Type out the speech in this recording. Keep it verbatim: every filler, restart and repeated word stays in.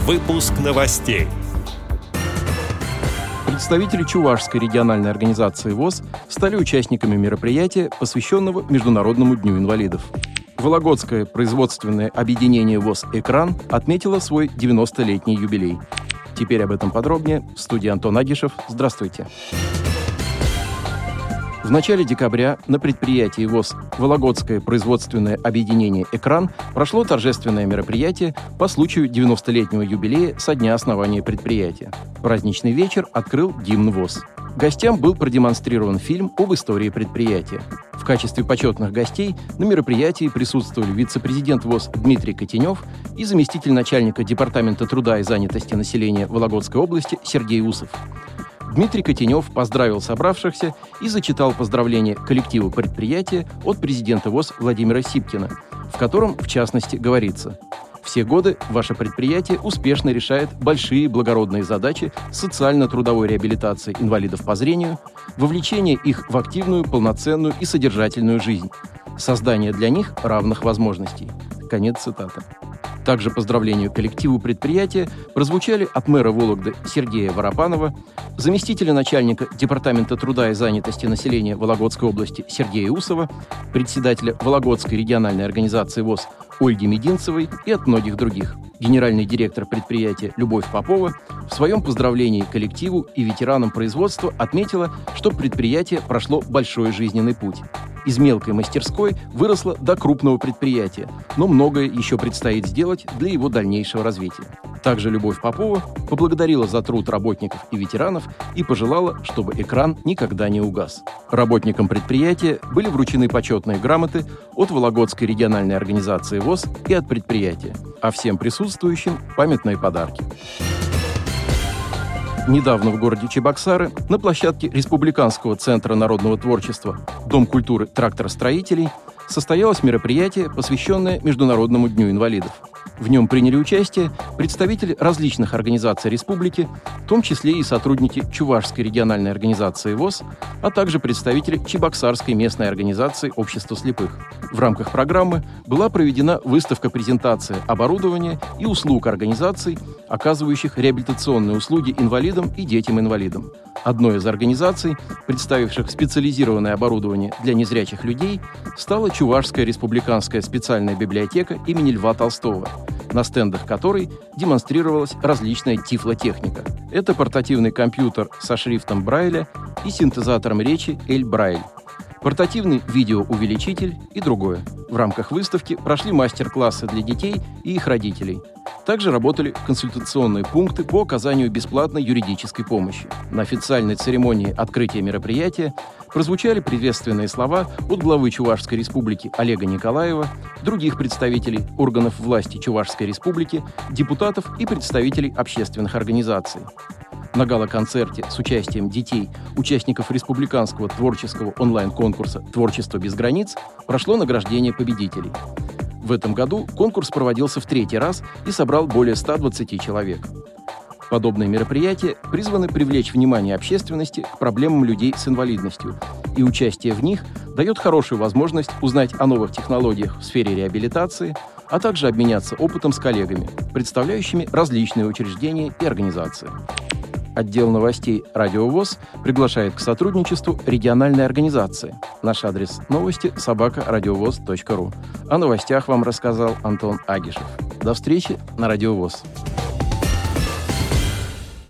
Выпуск новостей. Представители Чувашской региональной организации ВОС стали участниками мероприятия, посвященного Международному дню инвалидов. Вологодское производственное объединение ВОС «Экран» отметило свой девяностолетний юбилей. Теперь об этом подробнее. В студии Антон Агишев. Здравствуйте. В начале декабря на предприятии ВОС «Вологодское производственное объединение «Экран» прошло торжественное мероприятие по случаю девяностолетнего юбилея со дня основания предприятия. Праздничный вечер открыл гимн ВОС. Гостям был продемонстрирован фильм об истории предприятия. В качестве почетных гостей на мероприятии присутствовали вице-президент ВОС Дмитрий Котенев и заместитель начальника Департамента труда и занятости населения Вологодской области Сергей Усов. Дмитрий Котенев поздравил собравшихся и зачитал поздравления коллективу предприятия от президента ВОС Владимира Сипкина, в котором, в частности, говорится: «Все годы ваше предприятие успешно решает большие благородные задачи социально-трудовой реабилитации инвалидов по зрению, вовлечения их в активную, полноценную и содержательную жизнь, создание для них равных возможностей». Конец цитаты. Также поздравления коллективу предприятия прозвучали от мэра Вологды Сергея Воропанова, заместителя начальника Департамента труда и занятости населения Вологодской области Сергея Усова, председателя Вологодской региональной организации ВОС Ольги Мединцевой и от многих других. Генеральный директор предприятия Любовь Попова в своем поздравлении коллективу и ветеранам производства отметила, что предприятие прошло большой жизненный путь. Из мелкой мастерской выросло до крупного предприятия, но многое еще предстоит сделать для его дальнейшего развития. Также Любовь Попова поблагодарила за труд работников и ветеранов и пожелала, чтобы «Экран» никогда не угас. Работникам предприятия были вручены почетные грамоты от Вологодской региональной организации ВОС и от предприятия, а всем присутствующим – памятные подарки. Недавно в городе Чебоксары на площадке Республиканского центра народного творчества Дом культуры тракторостроителей состоялось мероприятие, посвященное Международному дню инвалидов. В нем приняли участие представители различных организаций республики, в том числе и сотрудники Чувашской региональной организации ВОС, а также представители Чебоксарской местной организации Общества слепых. В рамках программы была проведена выставка-презентация оборудования и услуг организаций, оказывающих реабилитационные услуги инвалидам и детям-инвалидам. Одной из организаций, представивших специализированное оборудование для незрячих людей, стала Чувашская республиканская специальная библиотека имени Льва Толстого, на стендах которой демонстрировалась различная тифлотехника. Это портативный компьютер со шрифтом Брайля и синтезатором речи Эль Брайль, портативный видеоувеличитель и другое. В рамках выставки прошли мастер-классы для детей и их родителей. Также работали консультационные пункты по оказанию бесплатной юридической помощи. На официальной церемонии открытия мероприятия прозвучали приветственные слова от главы Чувашской республики Олега Николаева, других представителей органов власти Чувашской республики, депутатов и представителей общественных организаций. На гала-концерте с участием детей, участников республиканского творческого онлайн-конкурса «Творчество без границ» прошло награждение победителей. В этом году конкурс проводился в третий раз и собрал более ста двадцати человек. Подобные мероприятия призваны привлечь внимание общественности к проблемам людей с инвалидностью, и участие в них дает хорошую возможность узнать о новых технологиях в сфере реабилитации, а также обменяться опытом с коллегами, представляющими различные учреждения и организации. Отдел новостей «Радио ВОС» приглашает к сотрудничеству региональной организации. Наш адрес новости – собака радиовоз точка ру. О новостях вам рассказал Антон Агишев. До встречи на «Радио ВОС».